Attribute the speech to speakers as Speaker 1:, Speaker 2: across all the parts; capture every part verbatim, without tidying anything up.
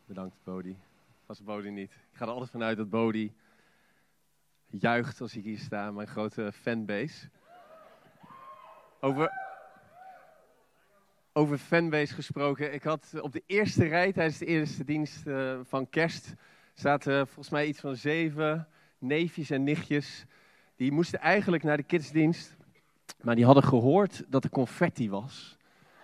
Speaker 1: Bedankt, Bodie. Was Bodie niet. Ik ga er altijd vanuit dat Bodie juicht als ik hier sta, mijn grote fanbase. Over, over fanbase gesproken. Ik had op de eerste rij tijdens de eerste dienst uh, van kerst zaten volgens mij iets van zeven neefjes en nichtjes. Die moesten eigenlijk naar de kidsdienst, maar die hadden gehoord dat er confetti was.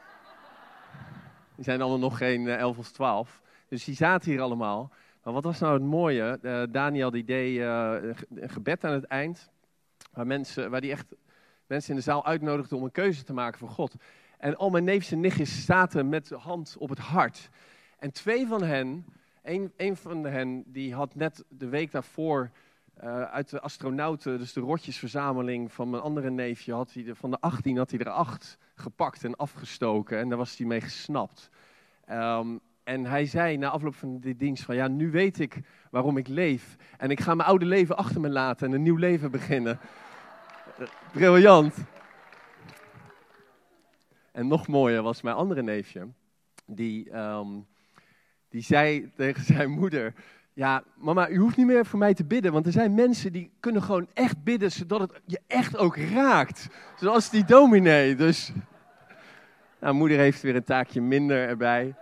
Speaker 1: Die zijn allemaal nog geen uh, elf of twaalf. Dus die zaten hier allemaal. Maar wat was nou het mooie? Uh, Daniel die deed uh, een gebed aan het eind. Waar, mensen, waar die echt mensen in de zaal uitnodigde om een keuze te maken voor God. En al mijn neefjes en nichtjes zaten met de hand op het hart. En twee van hen, een, een van hen die had net de week daarvoor uh, uit de astronauten, dus de rotjesverzameling van mijn andere neefje, had hij de, van de achttien had hij er acht gepakt en afgestoken. En daar was hij mee gesnapt. Um, En hij zei na afloop van die dienst van ja, nu weet ik waarom ik leef. En ik ga mijn oude leven achter me laten en een nieuw leven beginnen. Uh, briljant. En nog mooier was mijn andere neefje. Die, um, die zei tegen zijn moeder, ja mama, u hoeft niet meer voor mij te bidden. Want er zijn mensen die kunnen gewoon echt bidden zodat het je echt ook raakt. Zoals die dominee. Dus nou, moeder heeft weer een taakje minder erbij.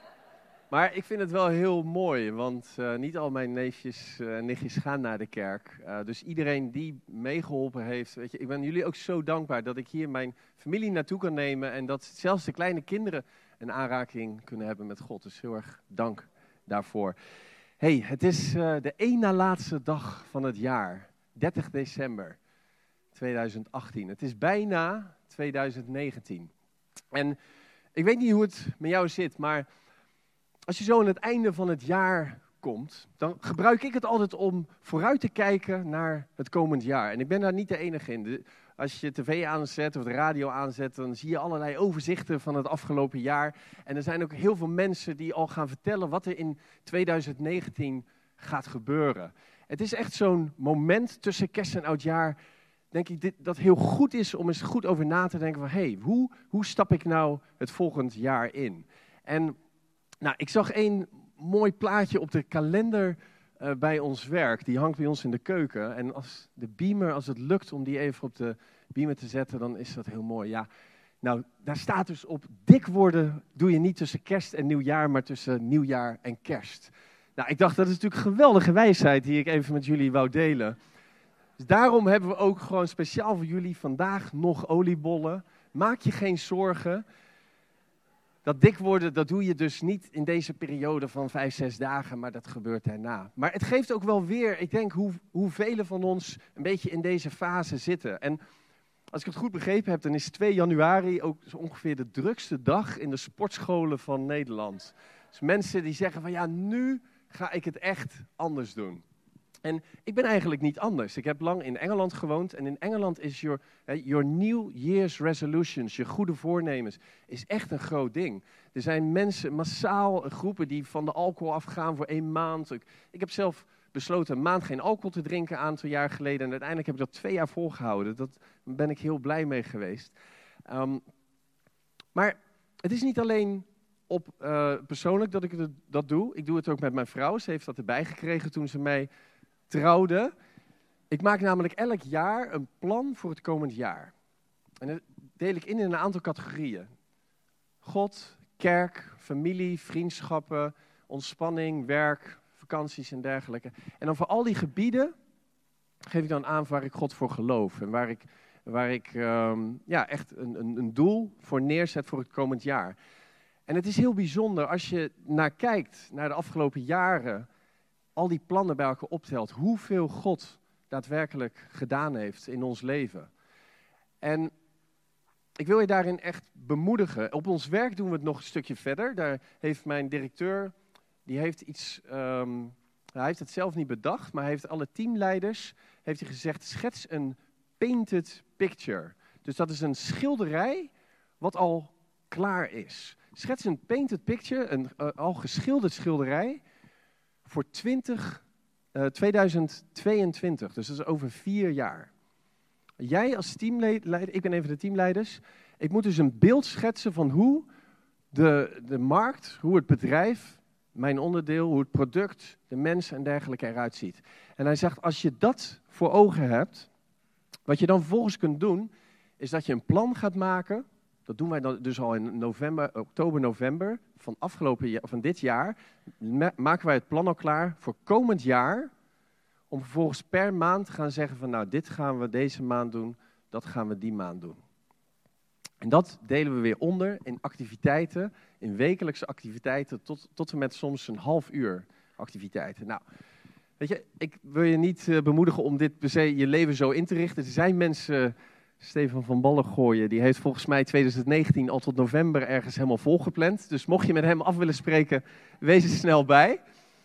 Speaker 1: Maar ik vind het wel heel mooi, want uh, niet al mijn neefjes en uh, nichtjes gaan naar de kerk. Uh, dus iedereen die meegeholpen heeft, weet je, ik ben jullie ook zo dankbaar dat ik hier mijn familie naartoe kan nemen. En dat zelfs de kleine kinderen een aanraking kunnen hebben met God. Dus heel erg dank daarvoor. Hey, het is uh, de één na laatste dag van het jaar, dertig december tweeduizend achttien. Het is bijna tweeduizend negentien. En ik weet niet hoe het met jou zit, maar als je zo aan het einde van het jaar komt, dan gebruik ik het altijd om vooruit te kijken naar het komend jaar. En ik ben daar niet de enige in. De, als je tv aanzet of de radio aanzet, dan zie je allerlei overzichten van het afgelopen jaar. En er zijn ook heel veel mensen die al gaan vertellen wat er in tweeduizend negentien gaat gebeuren. Het is echt zo'n moment tussen kerst en oudjaar, denk ik, dit, dat heel goed is om eens goed over na te denken van, hé, hey, hoe, hoe stap ik nou het volgend jaar in? En nou, ik zag één mooi plaatje op de kalender uh, bij ons werk. Die hangt bij ons in de keuken. En als de beamer, als het lukt om die even op de beamer te zetten, dan is dat heel mooi. Ja, nou, daar staat dus op, dik worden doe je niet tussen kerst en nieuwjaar, maar tussen nieuwjaar en kerst. Nou, ik dacht, dat is natuurlijk geweldige wijsheid die ik even met jullie wou delen. Dus daarom hebben we ook gewoon speciaal voor jullie vandaag nog oliebollen. Maak je geen zorgen. Dat dik worden, dat doe je dus niet in deze periode van vijf, zes dagen, maar dat gebeurt daarna. Maar het geeft ook wel weer, ik denk, hoe, hoe velen van ons een beetje in deze fase zitten. En als ik het goed begrepen heb, dan is twee januari ook zo ongeveer de drukste dag in de sportscholen van Nederland. Dus mensen die zeggen van ja, nu ga ik het echt anders doen. En ik ben eigenlijk niet anders. Ik heb lang in Engeland gewoond en in Engeland is your, your New Year's resolutions, je goede voornemens, is echt een groot ding. Er zijn mensen, massaal groepen die van de alcohol afgaan voor één maand. Ik, ik heb zelf besloten een maand geen alcohol te drinken een aantal jaar geleden en uiteindelijk heb ik dat twee jaar volgehouden. Daar ben ik heel blij mee geweest. Um, maar het is niet alleen op uh, persoonlijk dat ik het, dat doe. Ik doe het ook met mijn vrouw. Ze heeft dat erbij gekregen toen ze mij trouwde. Ik maak namelijk elk jaar een plan voor het komend jaar. En dat deel ik in in een aantal categorieën. God, kerk, familie, vriendschappen, ontspanning, werk, vakanties en dergelijke. En dan voor al die gebieden geef ik dan aan waar ik God voor geloof. En waar ik, waar ik um, ja, echt een, een, een doel voor neerzet voor het komend jaar. En het is heel bijzonder als je naar kijkt, naar de afgelopen jaren, al die plannen bij elkaar optelt, hoeveel God daadwerkelijk gedaan heeft in ons leven. En ik wil je daarin echt bemoedigen. Op ons werk doen we het nog een stukje verder. Daar heeft mijn directeur, die heeft iets, um, hij heeft het zelf niet bedacht, maar hij heeft alle teamleiders, heeft hij gezegd, schets een painted picture. Dus dat is een schilderij wat al klaar is. Schets een painted picture, een uh, al geschilderd schilderij, voor twintig, uh, tweeduizend tweeëntwintig, dus dat is over vier jaar. Jij als teamleider, ik ben een van de teamleiders, ik moet dus een beeld schetsen van hoe de, de markt, hoe het bedrijf mijn onderdeel, hoe het product, de mens en dergelijke eruit ziet. En hij zegt, als je dat voor ogen hebt, wat je dan vervolgens kunt doen, is dat je een plan gaat maken. Dat doen wij dan dus al in november, oktober, november van, afgelopen jaar, van dit jaar. Maken wij het plan al klaar voor komend jaar. Om vervolgens per maand te gaan zeggen van nou, dit gaan we deze maand doen, dat gaan we die maand doen. En dat delen we weer onder in activiteiten, in wekelijkse activiteiten, tot, tot en met soms een half uur activiteiten. Nou, weet je, ik wil je niet uh, bemoedigen om dit per se je leven zo in te richten. Er zijn mensen, uh, Stefan van Ballengooien, die heeft volgens mij twintig negentien al tot november ergens helemaal volgepland. Dus mocht je met hem af willen spreken, wees er snel bij.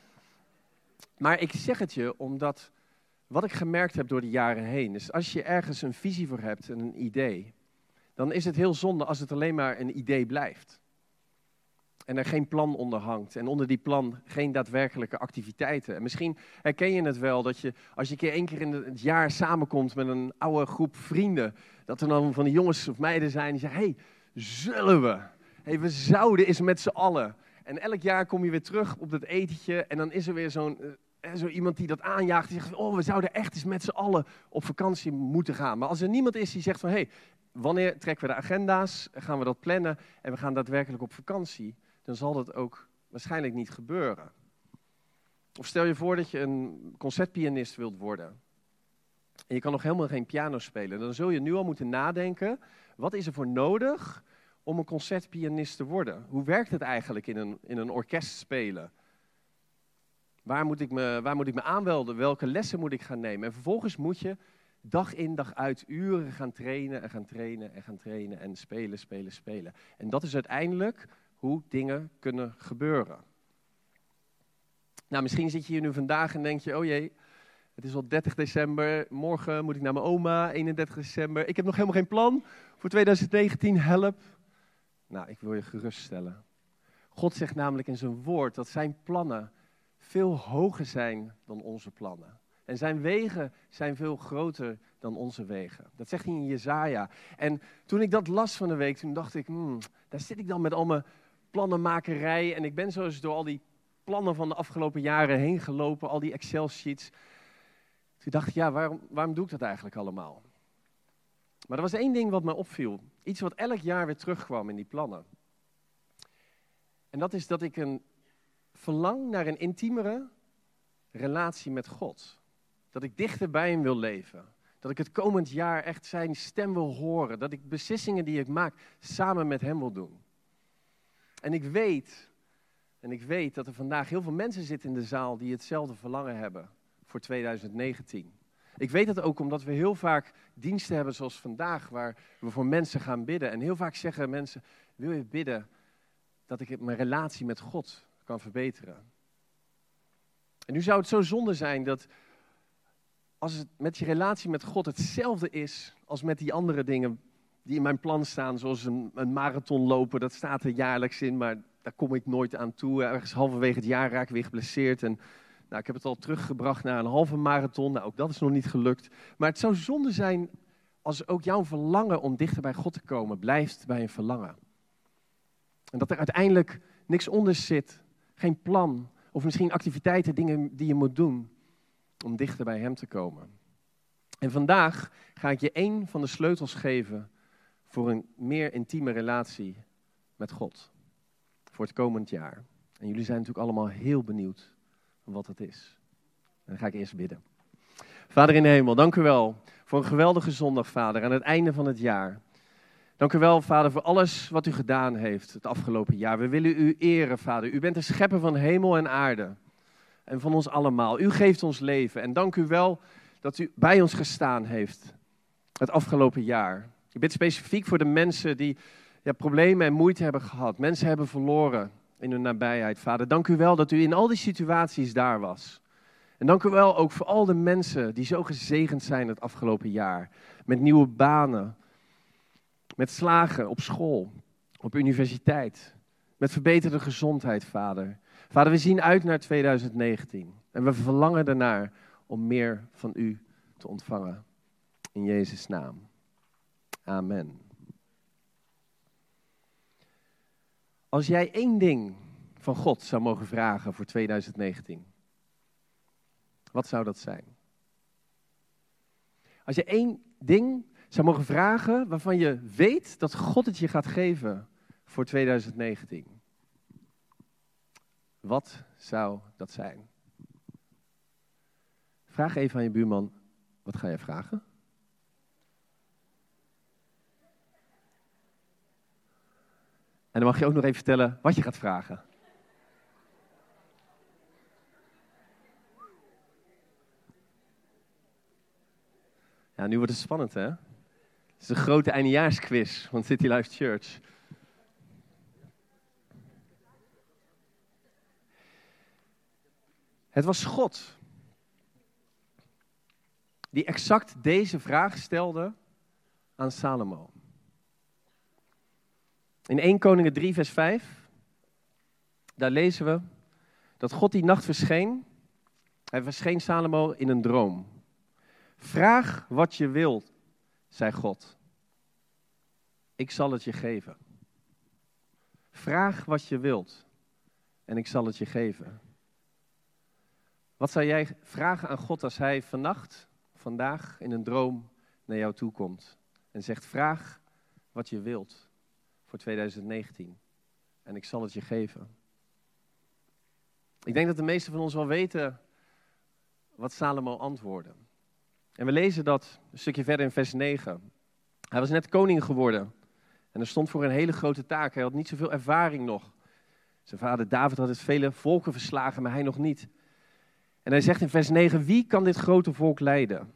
Speaker 1: Maar ik zeg het je omdat wat ik gemerkt heb door de jaren heen, is als je ergens een visie voor hebt en een idee, dan is het heel zonde als het alleen maar een idee blijft. En er geen plan onder hangt. En onder die plan geen daadwerkelijke activiteiten. En misschien herken je het wel dat je, als je een keer één keer in het jaar samenkomt met een oude groep vrienden, dat er dan van die jongens of meiden zijn die zeggen, hé, hey, zullen we? Hey, we zouden eens met z'n allen. En elk jaar kom je weer terug op dat etentje en dan is er weer zo'n, uh, zo iemand die dat aanjaagt. Die zegt, oh, we zouden echt eens met z'n allen op vakantie moeten gaan. Maar als er niemand is die zegt van, hé, hey, wanneer trekken we de agenda's, gaan we dat plannen en we gaan daadwerkelijk op vakantie, dan zal dat ook waarschijnlijk niet gebeuren. Of stel je voor dat je een concertpianist wilt worden. En je kan nog helemaal geen piano spelen. Dan zul je nu al moeten nadenken, wat is er voor nodig om een concertpianist te worden? Hoe werkt het eigenlijk in een, in een orkest spelen? Waar moet ik me, waar moet ik me aanmelden? Welke lessen moet ik gaan nemen? En vervolgens moet je dag in, dag uit, uren gaan trainen en gaan trainen en gaan trainen en spelen, spelen, spelen. En dat is uiteindelijk hoe dingen kunnen gebeuren. Nou, misschien zit je hier nu vandaag en denk je, oh jee, het is al dertig december, morgen moet ik naar mijn oma, eenendertig december. Ik heb nog helemaal geen plan voor twintig negentien, help. Nou, ik wil je geruststellen. God zegt namelijk in zijn woord dat zijn plannen veel hoger zijn dan onze plannen. En zijn wegen zijn veel groter dan onze wegen. Dat zegt hij in Jesaja. En toen ik dat las van de week, toen dacht ik, hmm, daar zit ik dan met al mijn plannenmakerij. En ik ben zo eens door al die plannen van de afgelopen jaren heen gelopen, al die Excel-sheets. Toen dacht ik, ja, waarom, waarom doe ik dat eigenlijk allemaal? Maar er was één ding wat me opviel. Iets wat elk jaar weer terugkwam in die plannen. En dat is dat ik een verlang naar een intiemere relatie met God. Dat ik dichter bij hem wil leven. Dat ik het komend jaar echt zijn stem wil horen. Dat ik beslissingen die ik maak samen met hem wil doen. En ik weet, en ik weet dat er vandaag heel veel mensen zitten in de zaal die hetzelfde verlangen hebben voor twintig negentien. Ik weet dat ook omdat we heel vaak diensten hebben zoals vandaag, waar we voor mensen gaan bidden. En heel vaak zeggen mensen, wil je bidden dat ik mijn relatie met God kan verbeteren? En nu zou het zo zonde zijn dat als het met je relatie met God hetzelfde is als met die andere dingen die in mijn plan staan, zoals een, een marathon lopen, dat staat er jaarlijks in, maar daar kom ik nooit aan toe. Ergens halverwege het jaar raak ik weer geblesseerd en nou, ik heb het al teruggebracht naar een halve marathon. Nou, ook dat is nog niet gelukt. Maar het zou zonde zijn als ook jouw verlangen om dichter bij God te komen blijft bij een verlangen. En dat er uiteindelijk niks onder zit, geen plan of misschien activiteiten, dingen die je moet doen om dichter bij hem te komen. En vandaag ga ik je één van de sleutels geven voor een meer intieme relatie met God. Voor het komend jaar. En jullie zijn natuurlijk allemaal heel benieuwd wat dat is. En dan ga ik eerst bidden. Vader in de hemel, dank u wel voor een geweldige zondag, Vader, aan het einde van het jaar. Dank u wel, Vader, voor alles wat u gedaan heeft het afgelopen jaar. We willen u eren, Vader. U bent de schepper van hemel en aarde. En van ons allemaal. U geeft ons leven. En dank u wel dat u bij ons gestaan heeft het afgelopen jaar. Ik bid specifiek voor de mensen die ja, problemen en moeite hebben gehad. Mensen hebben verloren in hun nabijheid, Vader. Dank u wel dat u in al die situaties daar was. En dank u wel ook voor al de mensen die zo gezegend zijn het afgelopen jaar. Met nieuwe banen, met slagen op school, op universiteit, met verbeterde gezondheid, Vader. Vader, we zien uit naar twintig negentien en we verlangen ernaar om meer van u te ontvangen. In Jezus' naam. Amen. Als jij één ding van God zou mogen vragen voor tweeduizend negentien? Wat zou dat zijn? Als je één ding zou mogen vragen waarvan je weet dat God het je gaat geven voor tweeduizend negentien. Wat zou dat zijn? Vraag even aan je buurman, wat ga je vragen? En dan mag je ook nog even vertellen wat je gaat vragen. Ja, nu wordt het spannend, hè? Het is een grote eindejaarsquiz van City Life Church. Het was God die exact deze vraag stelde aan Salomo. In eerste Koningen drie vers vijf, daar lezen we dat God die nacht verscheen. Hij verscheen Salomo in een droom. Vraag wat je wilt, zei God. Ik zal het je geven. Vraag wat je wilt en ik zal het je geven. Wat zou jij vragen aan God als hij vannacht, vandaag in een droom naar jou toe komt en zegt: vraag wat je wilt voor tweeduizend negentien en ik zal het je geven. Ik denk dat de meesten van ons wel weten wat Salomo antwoordde. En we lezen dat een stukje verder in vers negen. Hij was net koning geworden en hij stond voor een hele grote taak. Hij had niet zoveel ervaring nog. Zijn vader David had het vele volken verslagen, maar hij nog niet. En hij zegt in vers negen, wie kan dit grote volk leiden?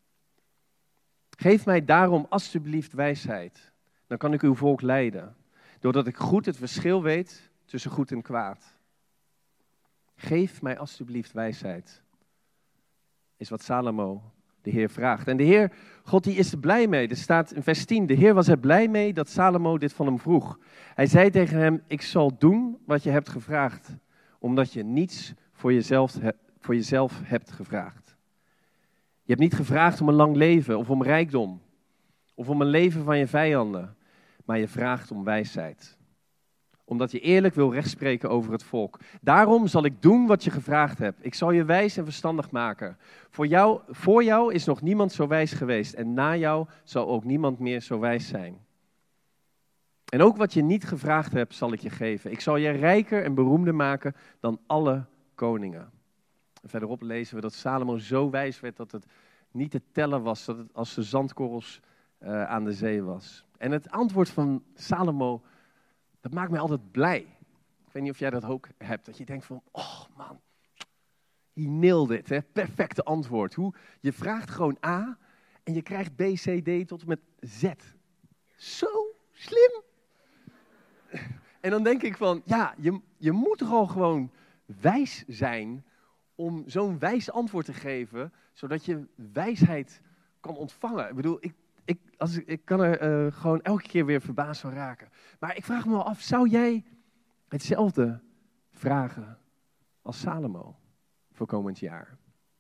Speaker 1: Geef mij daarom alstublieft wijsheid, dan kan ik uw volk leiden. Doordat ik goed het verschil weet tussen goed en kwaad. Geef mij alstublieft wijsheid, is wat Salomo de Heer vraagt. En de Heer, God, die is er blij mee. Er staat in vers tien, de Heer was er blij mee dat Salomo dit van hem vroeg. Hij zei tegen hem, ik zal doen wat je hebt gevraagd, omdat je niets voor jezelf, voor jezelf hebt gevraagd. Je hebt niet gevraagd om een lang leven of om rijkdom of om een leven van je vijanden, maar je vraagt om wijsheid. Omdat je eerlijk wil rechtspreken over het volk. Daarom zal ik doen wat je gevraagd hebt. Ik zal je wijs en verstandig maken. Voor jou, voor jou is nog niemand zo wijs geweest. En na jou zal ook niemand meer zo wijs zijn. En ook wat je niet gevraagd hebt, zal ik je geven. Ik zal je rijker en beroemder maken dan alle koningen. En verderop lezen we dat Salomo zo wijs werd dat het niet te tellen was. Dat het als de zandkorrels uh, aan de zee was. En het antwoord van Salomo, dat maakt mij altijd blij. Ik weet niet of jij dat ook hebt. Dat je denkt van, oh man, he nailed it. Hè? Perfecte antwoord. Hoe, je vraagt gewoon A en je krijgt B, C, D tot en met Z. Zo slim. En dan denk ik van, ja, je, je moet toch al gewoon wijs zijn om zo'n wijs antwoord te geven, zodat je wijsheid kan ontvangen. Ik bedoel, ik Ik, als ik, ik kan er uh, gewoon elke keer weer verbaasd van raken. Maar ik vraag me wel af, zou jij hetzelfde vragen als Salomo voor komend jaar?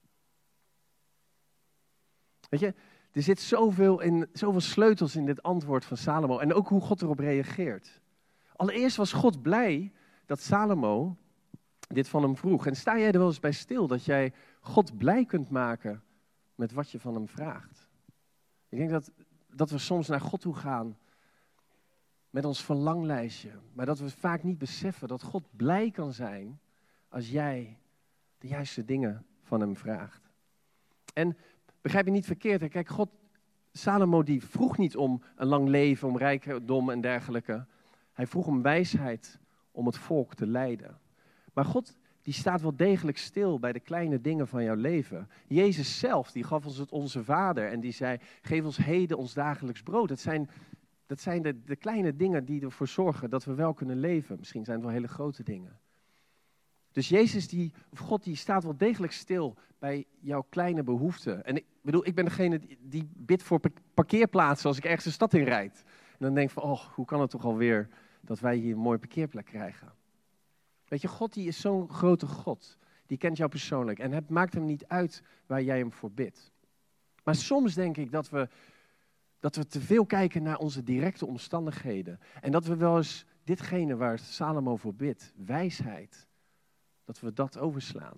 Speaker 1: Weet je, er zit zoveel, in, zoveel sleutels in dit antwoord van Salomo en ook hoe God erop reageert. Allereerst was God blij dat Salomo dit van hem vroeg. En sta jij er wel eens bij stil dat jij God blij kunt maken met wat je van hem vraagt? Ik denk dat, dat we soms naar God toe gaan met ons verlanglijstje. Maar dat we vaak niet beseffen dat God blij kan zijn als jij de juiste dingen van hem vraagt. En begrijp je niet verkeerd. Hè? Kijk, God, Salomo die vroeg niet om een lang leven, om rijkdom en dergelijke. Hij vroeg om wijsheid om het volk te leiden. Maar God die staat wel degelijk stil bij de kleine dingen van jouw leven. Jezus zelf, die gaf ons het onze Vader en die zei, geef ons heden ons dagelijks brood. Dat zijn, dat zijn de, de kleine dingen die ervoor zorgen dat we wel kunnen leven. Misschien zijn het wel hele grote dingen. Dus Jezus, die, of God, die staat wel degelijk stil bij jouw kleine behoeften. En ik bedoel, ik ben degene die, die bidt voor parkeerplaatsen als ik ergens de stad in rijd. En dan denk ik van, oh, hoe kan het toch alweer dat wij hier een mooie parkeerplek krijgen? Weet je, God die is zo'n grote God. Die kent jou persoonlijk. En het maakt hem niet uit waar jij hem voor bidt. Maar soms denk ik dat we, dat we te veel kijken naar onze directe omstandigheden. En dat we wel eens ditgene waar Salomo voor bidt, wijsheid, dat we dat overslaan.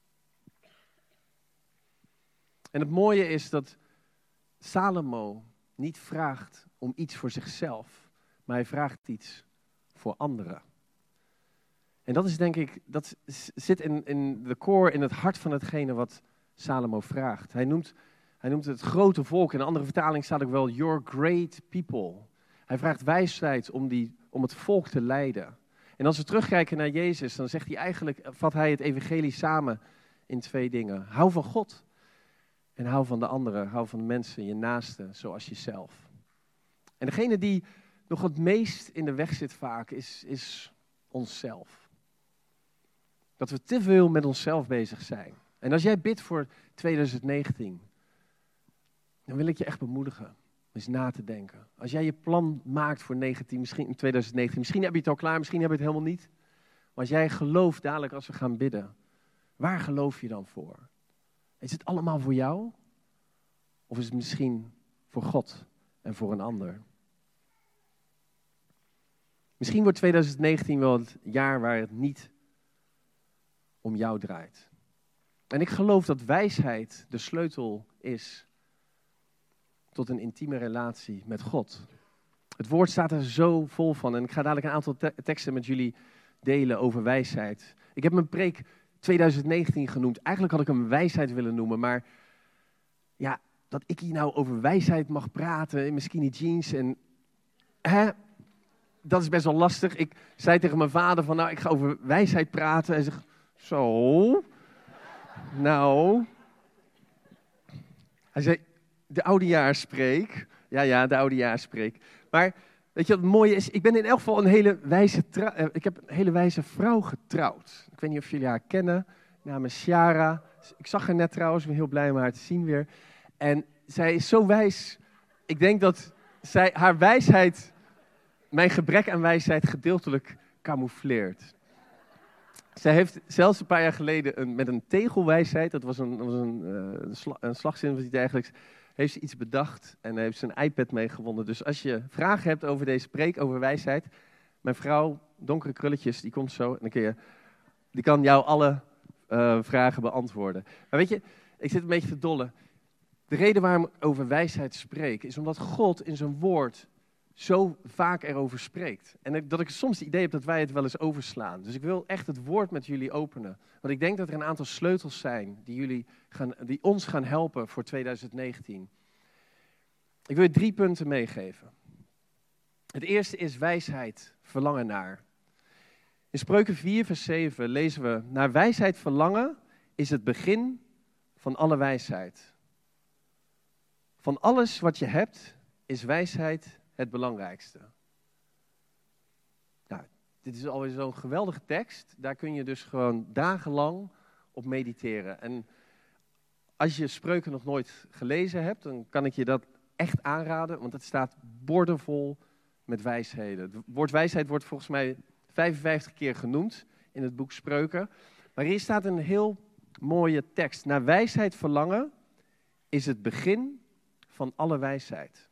Speaker 1: En het mooie is dat Salomo niet vraagt om iets voor zichzelf, maar hij vraagt iets voor anderen. En dat is denk ik, dat zit in, in de core, in het hart van hetgene wat Salomo vraagt. Hij noemt, hij noemt het grote volk, in een andere vertaling staat ook wel your great people. Hij vraagt wijsheid om, die, om het volk te leiden. En als we terugkijken naar Jezus, dan zegt hij eigenlijk, vat hij het evangelie samen in twee dingen. Hou van God en hou van de anderen, hou van de mensen, je naaste, zoals jezelf. En degene die nog het meest in de weg zit vaak, is, is onszelf. Dat we te veel met onszelf bezig zijn. En als jij bidt voor twintig negentien, dan wil ik je echt bemoedigen om eens na te denken. Als jij je plan maakt voor negentien, misschien twintig negentien, misschien heb je het al klaar, misschien heb je het helemaal niet. Maar als jij gelooft dadelijk als we gaan bidden, waar geloof je dan voor? Is het allemaal voor jou? Of is het misschien voor God en voor een ander? Misschien wordt twintig negentien wel het jaar waar het niet om jou draait. En ik geloof dat wijsheid de sleutel is tot een intieme relatie met God. Het woord staat er zo vol van. En ik ga dadelijk een aantal te- teksten met jullie delen over wijsheid. Ik heb mijn preek twintig negentien genoemd. Eigenlijk had ik hem wijsheid willen noemen. Maar ja, dat ik hier nou over wijsheid mag praten in mijn skinny jeans. En, hè, dat is best wel lastig. Ik zei tegen mijn vader van, nou, ik ga over wijsheid praten. Hij zegt, zo, nou. Hij zei, de oudejaarspreek. Ja, ja, de oudejaarspreek. Maar weet je wat het mooie is? Ik ben in elk geval een hele wijze, tra- uh, ik heb een hele wijze vrouw getrouwd. Ik weet niet of jullie haar kennen. Namens Ciara. Ik zag haar net trouwens, ik ben heel blij om haar te zien weer. En zij is zo wijs. Ik denk dat zij, haar wijsheid, mijn gebrek aan wijsheid, gedeeltelijk camoufleert. Zij heeft zelfs een paar jaar geleden een, met een tegelwijsheid, dat was een, dat was een, uh, een, sla, een slagzin of iets dergelijks, heeft ze iets bedacht en heeft ze een iPad meegewonnen. Dus als je vragen hebt over deze preek, over wijsheid, mijn vrouw, donkere krulletjes, die komt zo en dan kun je, die kan jou alle uh, vragen beantwoorden. Maar weet je, ik zit een beetje te dolle. De reden waarom ik over wijsheid spreek, is omdat God in zijn woord zo vaak erover spreekt. En dat ik soms het idee heb dat wij het wel eens overslaan. Dus ik wil echt het woord met jullie openen. Want ik denk dat er een aantal sleutels zijn die, jullie gaan, die ons gaan helpen voor twintig negentien. Ik wil je drie punten meegeven. Het eerste is wijsheid, verlangen naar. In Spreuken vier vers zeven lezen we, naar wijsheid verlangen is het begin van alle wijsheid. Van alles wat je hebt is wijsheid het belangrijkste. Nou, dit is alweer zo'n geweldige tekst. Daar kun je dus gewoon dagenlang op mediteren. En als je Spreuken nog nooit gelezen hebt, dan kan ik je dat echt aanraden. Want het staat bordenvol met wijsheden. Het woord wijsheid wordt volgens mij vijfenvijftig keer genoemd in het boek Spreuken. Maar hier staat een heel mooie tekst. Naar wijsheid verlangen is het begin van alle wijsheid.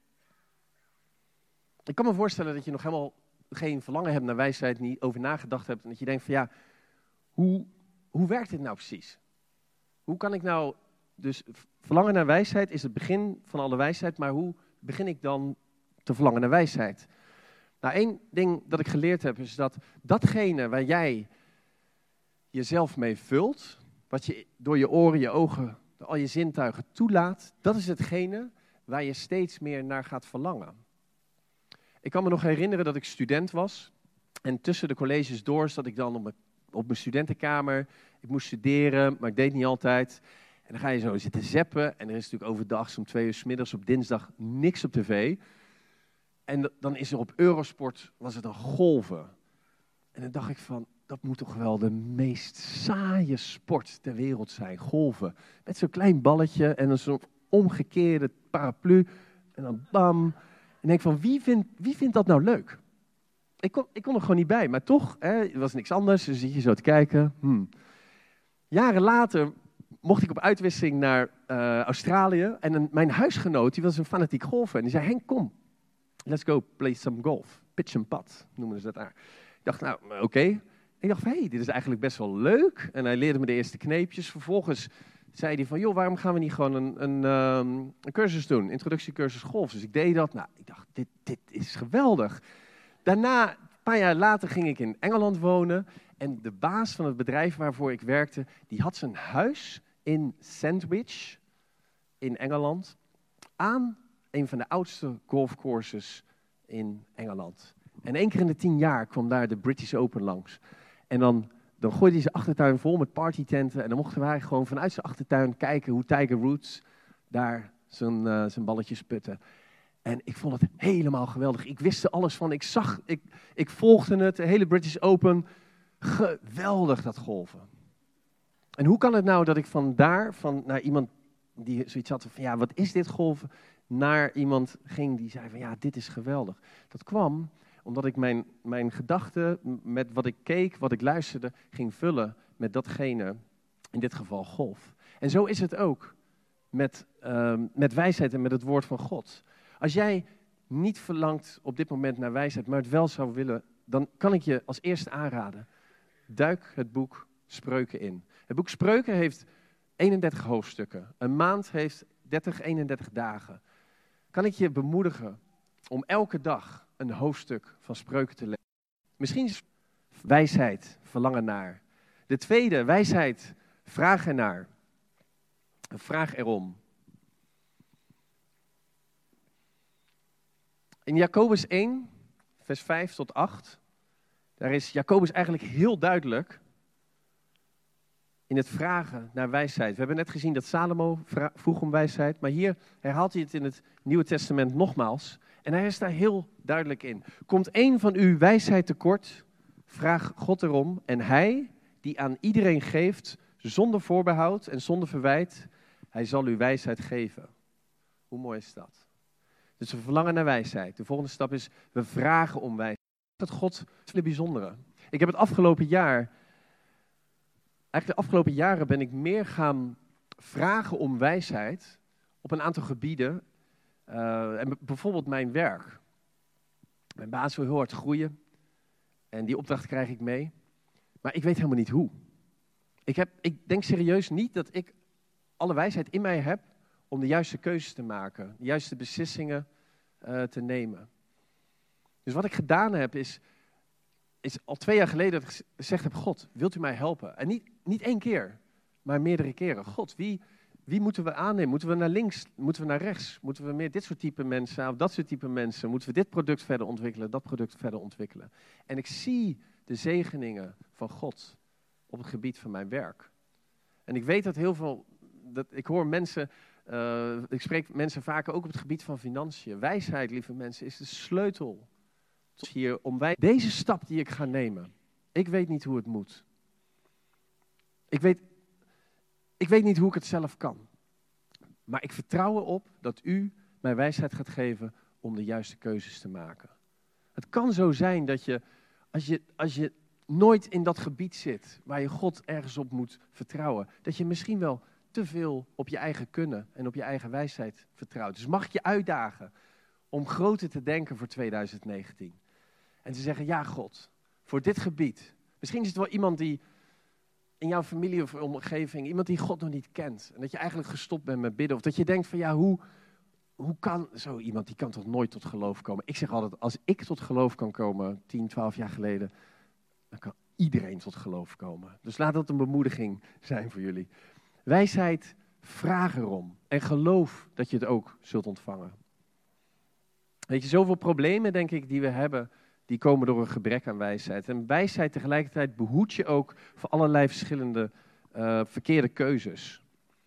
Speaker 1: Ik kan me voorstellen dat je nog helemaal geen verlangen hebt naar wijsheid, niet over nagedacht hebt. En dat je denkt van ja, hoe, hoe werkt dit nou precies? Hoe kan ik nou, dus verlangen naar wijsheid is het begin van alle wijsheid, maar hoe begin ik dan te verlangen naar wijsheid? Nou, één ding dat ik geleerd heb is dat datgene waar jij jezelf mee vult, wat je door je oren, je ogen, al je zintuigen toelaat, dat is hetgene waar je steeds meer naar gaat verlangen. Ik kan me nog herinneren dat ik student was en tussen de colleges door zat ik dan op mijn, op mijn studentenkamer. Ik moest studeren, maar ik deed niet altijd. En dan ga je zo zitten zappen en er is natuurlijk overdag om twee uur 's middags op dinsdag niks op tv. En dan is er op Eurosport, was het dan golven. En dan dacht ik van, dat moet toch wel de meest saaie sport ter wereld zijn, golven. Met zo'n klein balletje en dan zo'n omgekeerde paraplu en dan bam. En denk van, wie vindt, wie vindt dat nou leuk? Ik kon, ik kon er gewoon niet bij, maar toch, hè, het was niks anders. Dus zit je zo te kijken. Hmm. Jaren later mocht ik op uitwisseling naar uh, Australië. En een, mijn huisgenoot, die was een fanatiek golfer. En die zei, Henk, kom. let's go play some golf. Pitch and putt, noemen ze dat daar. Ik dacht, nou, oké. Okay. Ik dacht, hé, hey, dit is eigenlijk best wel leuk. En hij leerde me de eerste kneepjes. Vervolgens zei hij van, joh, waarom gaan we niet gewoon een, een, um, een cursus doen? Introductiecursus golf. Dus ik deed dat. Nou, ik dacht, dit, dit is geweldig. Daarna, een paar jaar later, ging ik in Engeland wonen. En de baas van het bedrijf waarvoor ik werkte, die had zijn huis in Sandwich, in Engeland, aan een van de oudste golfcourses in Engeland. En één keer in de tien jaar kwam daar de British Open langs. En dan, dan gooide hij zijn achtertuin vol met partytenten. En dan mochten wij gewoon vanuit zijn achtertuin kijken hoe Tiger Woods daar zijn, uh, zijn balletjes putte. En ik vond het helemaal geweldig. Ik wist er alles van. Ik zag, ik, ik volgde het, de hele British Open. Geweldig dat golven. En hoe kan het nou dat ik van daar, van naar iemand die zoiets had van, ja, wat is dit golven, naar iemand ging die zei van, ja, dit is geweldig. Dat kwam omdat ik mijn, mijn gedachten met wat ik keek, wat ik luisterde, ging vullen met datgene, in dit geval golf. En zo is het ook met, uh, met wijsheid en met het woord van God. Als jij niet verlangt op dit moment naar wijsheid, maar het wel zou willen, dan kan ik je als eerste aanraden, duik het boek Spreuken in. Het boek Spreuken heeft eenendertig hoofdstukken. Een maand heeft dertig, eenendertig dagen. Kan ik je bemoedigen om elke dag een hoofdstuk van Spreuken te lezen. Misschien is wijsheid verlangen naar. De tweede, wijsheid, vraag ernaar. Vraag erom. In Jacobus één, vers vijf tot acht, daar is Jacobus eigenlijk heel duidelijk in het vragen naar wijsheid. We hebben net gezien dat Salomo vroeg om wijsheid, maar hier herhaalt hij het in het Nieuwe Testament nogmaals. En hij is daar heel duidelijk in. Komt één van u wijsheid tekort, vraag God erom. En hij, die aan iedereen geeft, zonder voorbehoud en zonder verwijt, hij zal u wijsheid geven. Hoe mooi is dat? Dus we verlangen naar wijsheid. De volgende stap is, we vragen om wijsheid. Dat God is het bijzondere. Ik heb het afgelopen jaar, eigenlijk de afgelopen jaren ben ik meer gaan vragen om wijsheid op een aantal gebieden. Uh, en bijvoorbeeld mijn werk. Mijn baas wil heel hard groeien. En die opdracht krijg ik mee. Maar ik weet helemaal niet hoe. Ik, heb, ik denk serieus niet dat ik alle wijsheid in mij heb om de juiste keuzes te maken. De juiste beslissingen uh, te nemen. Dus wat ik gedaan heb is, is al twee jaar geleden dat ik gezegd heb, God, wilt u mij helpen? En niet, niet één keer, maar meerdere keren. God, wie... Wie moeten we aannemen? Moeten we naar links? Moeten we naar rechts? Moeten we meer dit soort type mensen of dat soort type mensen? Moeten we dit product verder ontwikkelen, dat product verder ontwikkelen? En ik zie de zegeningen van God op het gebied van mijn werk. En ik weet dat heel veel, dat ik hoor mensen, uh, ik spreek mensen vaker ook op het gebied van financiën. Wijsheid, lieve mensen, is de sleutel hier om wij deze stap die ik ga nemen. Ik weet niet hoe het moet. Ik weet Ik weet niet hoe ik het zelf kan. Maar ik vertrouw erop dat u mij wijsheid gaat geven om de juiste keuzes te maken. Het kan zo zijn dat je, als je, als je nooit in dat gebied zit, waar je God ergens op moet vertrouwen, dat je misschien wel te veel op je eigen kunnen en op je eigen wijsheid vertrouwt. Dus mag ik je uitdagen om groter te denken voor twintig negentien. En te zeggen, ja God, voor dit gebied. Misschien is het wel iemand die in jouw familie of omgeving, iemand die God nog niet kent. En dat je eigenlijk gestopt bent met bidden. Of dat je denkt van ja, hoe, hoe kan zo iemand, die kan toch nooit tot geloof komen. Ik zeg altijd, als ik tot geloof kan komen, tien, twaalf jaar geleden, dan kan iedereen tot geloof komen. Dus laat dat een bemoediging zijn voor jullie. Wijsheid, vraag erom. En geloof dat je het ook zult ontvangen. Weet je, zoveel problemen denk ik die we hebben, die komen door een gebrek aan wijsheid. En wijsheid tegelijkertijd behoedt je ook voor allerlei verschillende uh, verkeerde keuzes.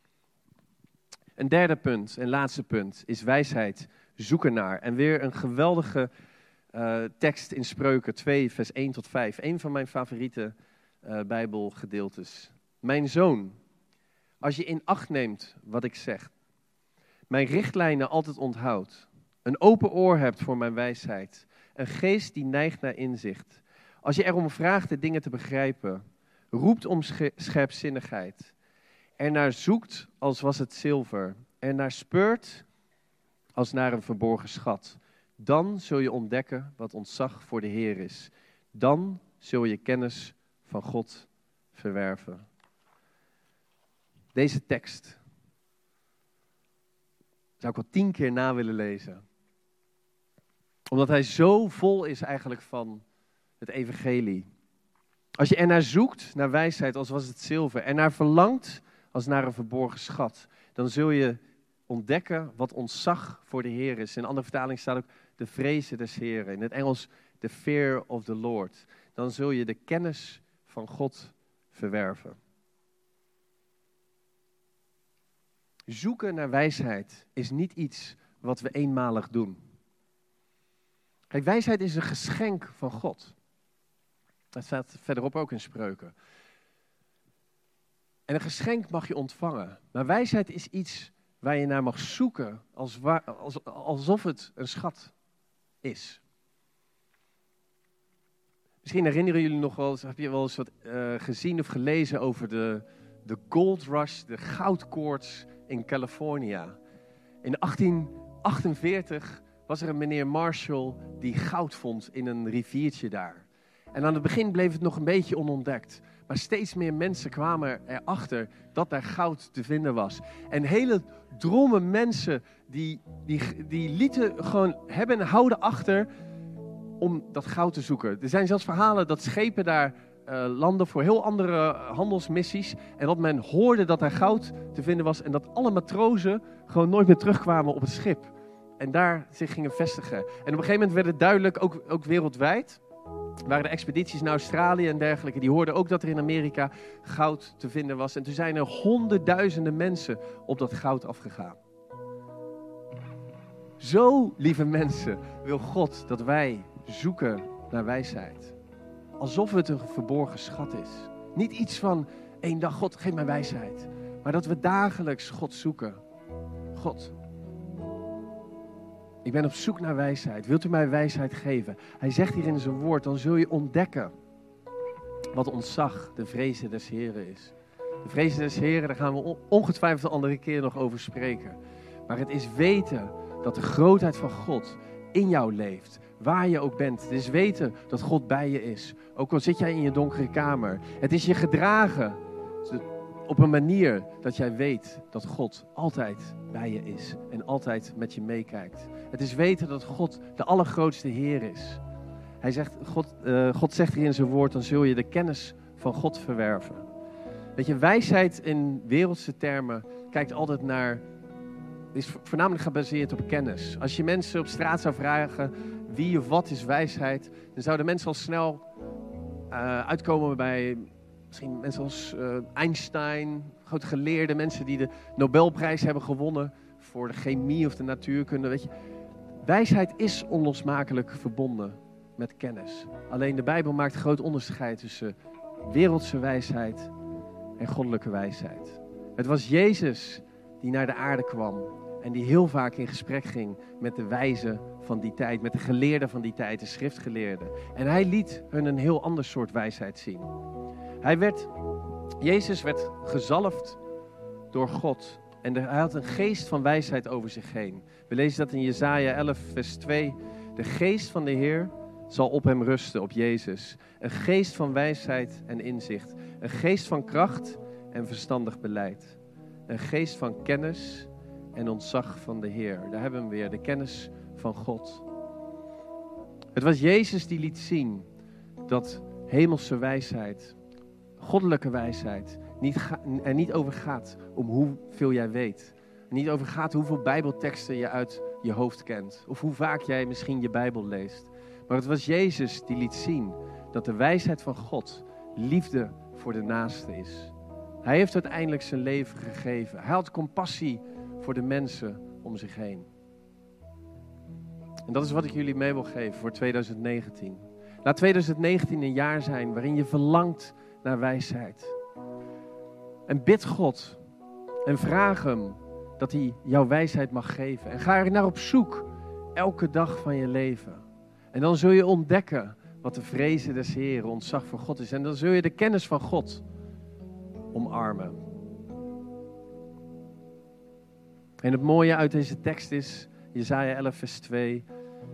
Speaker 1: Een derde punt, en laatste punt, is wijsheid, zoek ernaar. En weer een geweldige uh, tekst in Spreuken twee, vers één tot vijf. Een van mijn favoriete uh, Bijbelgedeeltes. Mijn zoon, als je in acht neemt wat ik zeg, mijn richtlijnen altijd onthoudt, een open oor hebt voor mijn wijsheid, een geest die neigt naar inzicht. Als je erom vraagt de dingen te begrijpen, roept om scherpzinnigheid, ernaar zoekt als was het zilver, ernaar speurt als naar een verborgen schat. Dan zul je ontdekken wat ontzag voor de Heer is. Dan zul je kennis van God verwerven. Deze tekst zou ik wel tien keer na willen lezen. Omdat hij zo vol is eigenlijk van het evangelie. Als je ernaar zoekt, naar wijsheid als was het zilver, en naar verlangt als naar een verborgen schat, dan zul je ontdekken wat ontzag voor de Heer is. In een andere vertaling staat ook de vrezen des Heeren. In het Engels the fear of the Lord. Dan zul je de kennis van God verwerven. Zoeken naar wijsheid is niet iets wat we eenmalig doen. Kijk, wijsheid is een geschenk van God. Dat staat verderop ook in Spreuken. En een geschenk mag je ontvangen. Maar wijsheid is iets waar je naar mag zoeken als wa- als, alsof het een schat is. Misschien herinneren jullie nog wel eens, heb je wel eens wat uh, gezien of gelezen over de, de gold rush, de goudkoorts in Californië. In achttien achtenveertig was er een meneer Marshall die goud vond in een riviertje daar. En aan het begin bleef het nog een beetje onontdekt. Maar steeds meer mensen kwamen erachter dat daar goud te vinden was. En hele drommen mensen die, die, die lieten gewoon hebben en houden achter om dat goud te zoeken. Er zijn zelfs verhalen dat schepen daar uh, landen voor heel andere handelsmissies. En dat men hoorde dat daar goud te vinden was. En dat alle matrozen gewoon nooit meer terugkwamen op het schip. En daar zich gingen vestigen. En op een gegeven moment werd het duidelijk, ook, ook wereldwijd, waren de expedities naar Australië en dergelijke. Die hoorden ook dat er in Amerika goud te vinden was. En toen zijn er honderdduizenden mensen op dat goud afgegaan. Zo, lieve mensen, wil God dat wij zoeken naar wijsheid. Alsof het een verborgen schat is. Niet iets van één dag, God, geef mij wijsheid. Maar dat we dagelijks God zoeken. God, ik ben op zoek naar wijsheid. Wilt u mij wijsheid geven? Hij zegt hier in zijn woord, dan zul je ontdekken wat ontzag, de vrezen des Heren is. De vrezen des Heren, daar gaan we ongetwijfeld een andere keer nog over spreken. Maar het is weten dat de grootheid van God in jou leeft. Waar je ook bent. Het is weten dat God bij je is. Ook al zit jij in je donkere kamer. Het is je gedragen op een manier dat jij weet dat God altijd bij je is. En altijd met je meekijkt. Het is weten dat God de allergrootste Heer is. Hij zegt, God, uh, God zegt hier in zijn woord, dan zul je de kennis van God verwerven. Weet je, wijsheid in wereldse termen kijkt altijd naar, is voornamelijk gebaseerd op kennis. Als je mensen op straat zou vragen, wie of wat is wijsheid, dan zouden mensen al snel uh, uitkomen bij misschien mensen als uh, Einstein, grote geleerden, mensen die de Nobelprijs hebben gewonnen voor de chemie of de natuurkunde. Weet je, wijsheid is onlosmakelijk verbonden met kennis. Alleen de Bijbel maakt groot onderscheid tussen wereldse wijsheid en goddelijke wijsheid. Het was Jezus die naar de aarde kwam en die heel vaak in gesprek ging met de wijzen van die tijd, met de geleerden van die tijd, de schriftgeleerden. En hij liet hun een heel ander soort wijsheid zien. Hij werd, Jezus werd gezalfd door God en de, hij had een geest van wijsheid over zich heen. We lezen dat in Jesaja elf vers twee. De geest van de Heer zal op hem rusten, op Jezus. Een geest van wijsheid en inzicht. Een geest van kracht en verstandig beleid. Een geest van kennis en ontzag van de Heer. Daar hebben we hem weer, de kennis van God. Het was Jezus die liet zien dat hemelse wijsheid, goddelijke wijsheid, niet ga, er niet over gaat om hoeveel jij weet. Niet over gaat hoeveel Bijbelteksten je uit je hoofd kent. Of hoe vaak jij misschien je Bijbel leest. Maar het was Jezus die liet zien dat de wijsheid van God liefde voor de naaste is. Hij heeft uiteindelijk zijn leven gegeven. Hij had compassie voor de mensen om zich heen. En dat is wat ik jullie mee wil geven voor twintig negentien. Laat twintig negentien een jaar zijn waarin je verlangt naar wijsheid. En bid God en vraag hem dat hij jouw wijsheid mag geven. En ga er naar op zoek elke dag van je leven. En dan zul je ontdekken wat de vrezen des Heren, ontzag voor God is. En dan zul je de kennis van God omarmen. En het mooie uit deze tekst is, Jesaja elf vers twee.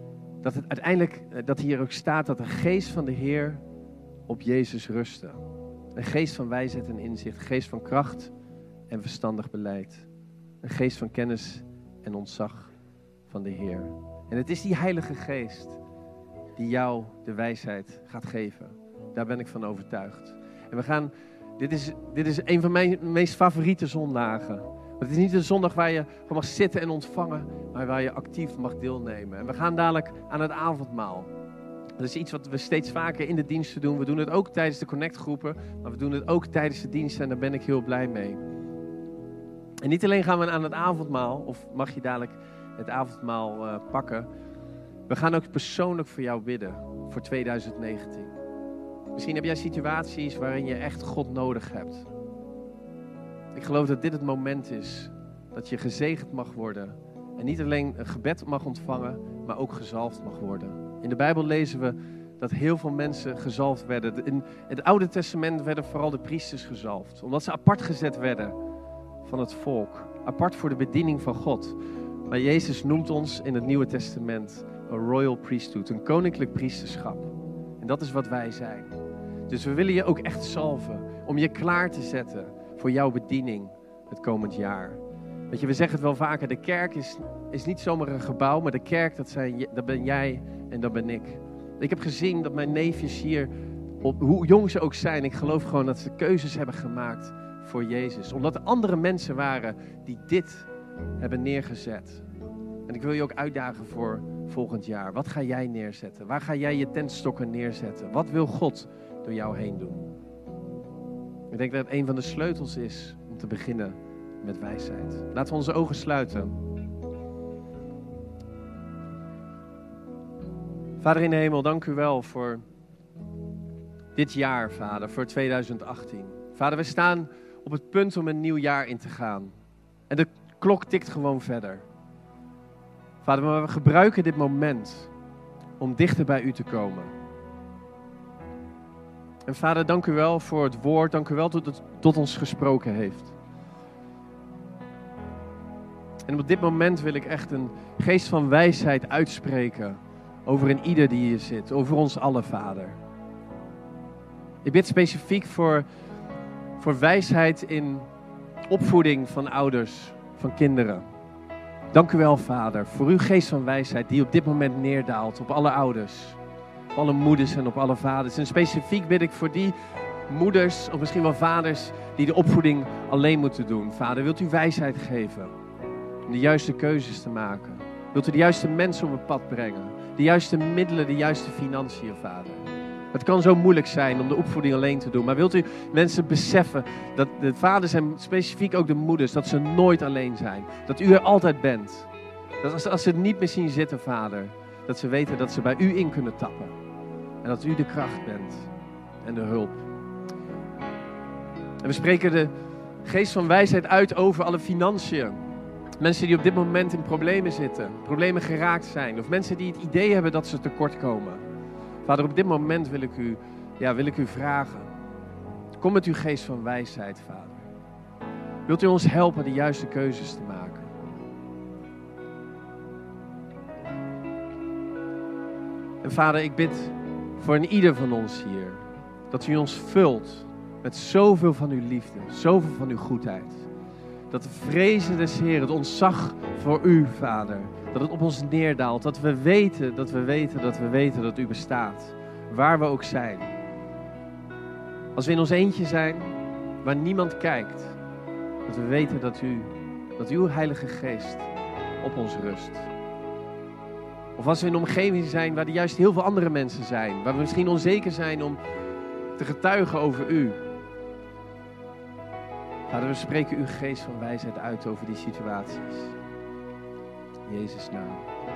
Speaker 1: dat het uiteindelijk, dat hier ook staat dat de geest van de Heer op Jezus rustte. Een geest van wijsheid en inzicht, een geest van kracht en verstandig beleid. Een geest van kennis en ontzag van de Heer. En het is die Heilige Geest die jou de wijsheid gaat geven. Daar ben ik van overtuigd. En we gaan, dit is, dit is een van mijn meest favoriete zondagen. Want het is niet een zondag waar je gewoon mag zitten en ontvangen, maar waar je actief mag deelnemen. En we gaan dadelijk aan het avondmaal. Dat is iets wat we steeds vaker in de diensten doen. We doen het ook tijdens de connectgroepen, maar we doen het ook tijdens de diensten en daar ben ik heel blij mee. En niet alleen gaan we aan het avondmaal, of mag je dadelijk het avondmaal uh, pakken. We gaan ook persoonlijk voor jou bidden, voor twintig negentien. Misschien heb jij situaties waarin je echt God nodig hebt. Ik geloof dat dit het moment is dat je gezegend mag worden. En niet alleen een gebed mag ontvangen, maar ook gezalfd mag worden. In de Bijbel lezen we dat heel veel mensen gezalfd werden. In het Oude Testament werden vooral de priesters gezalfd. Omdat ze apart gezet werden van het volk. Apart voor de bediening van God. Maar Jezus noemt ons in het Nieuwe Testament een royal priesthood. Een koninklijk priesterschap. En dat is wat wij zijn. Dus we willen je ook echt salven. Om je klaar te zetten voor jouw bediening het komend jaar. Weet je, we zeggen het wel vaker. De kerk is, is niet zomaar een gebouw. Maar de kerk, dat, zijn, dat ben jij en dat ben ik. Ik heb gezien dat mijn neefjes hier, op, hoe jong ze ook zijn. Ik geloof gewoon dat ze keuzes hebben gemaakt voor Jezus. Omdat er andere mensen waren die dit hebben neergezet. En ik wil je ook uitdagen voor volgend jaar. Wat ga jij neerzetten? Waar ga jij je tentstokken neerzetten? Wat wil God door jou heen doen? Ik denk dat het een van de sleutels is om te beginnen met wijsheid. Laten we onze ogen sluiten. Vader in de hemel, dank u wel voor dit jaar, Vader, voor twintig achttien. Vader, we staan op het punt om een nieuw jaar in te gaan. En de klok tikt gewoon verder. Vader, maar we gebruiken dit moment om dichter bij u te komen. En Vader, dank u wel voor het woord. Dank u wel dat het tot ons gesproken heeft. En op dit moment wil ik echt een geest van wijsheid uitspreken over een ieder die hier zit. Over ons allen, Vader. Ik bid specifiek voor, voor wijsheid in opvoeding van ouders, van kinderen. Dank u wel, Vader, voor uw geest van wijsheid die op dit moment neerdaalt op alle ouders. Op alle moeders en op alle vaders. En specifiek bid ik voor die moeders, of misschien wel vaders, die de opvoeding alleen moeten doen. Vader, wilt u wijsheid geven om de juiste keuzes te maken? Wilt u de juiste mensen op het pad brengen? De juiste middelen, de juiste financiën, Vader? Het kan zo moeilijk zijn om de opvoeding alleen te doen. Maar wilt u mensen beseffen dat de vaders en specifiek ook de moeders, dat ze nooit alleen zijn. Dat u er altijd bent. Dat als, als ze het niet meer zien zitten, Vader, dat ze weten dat ze bij u in kunnen tappen. En dat u de kracht bent en de hulp. En we spreken de geest van wijsheid uit over alle financiën. Mensen die op dit moment in problemen zitten, problemen geraakt zijn. Of mensen die het idee hebben dat ze tekort komen. Vader, op dit moment wil ik u, ja, wil ik u vragen. Kom met uw geest van wijsheid, Vader. Wilt u ons helpen de juiste keuzes te maken? En Vader, ik bid voor een ieder van ons hier. Dat u ons vult met zoveel van uw liefde, zoveel van uw goedheid. Dat de vrezen des Heeren, het ontzag voor u, Vader, dat het op ons neerdaalt. Dat we weten, dat we weten, dat we weten dat u bestaat. Waar we ook zijn. Als we in ons eentje zijn, waar niemand kijkt. Dat we weten dat u, dat uw Heilige Geest op ons rust. Of als we in een omgeving zijn waar er juist heel veel andere mensen zijn. Waar we misschien onzeker zijn om te getuigen over u. Vader, we spreken uw geest van wijsheid uit over die situaties. In Jezus' naam.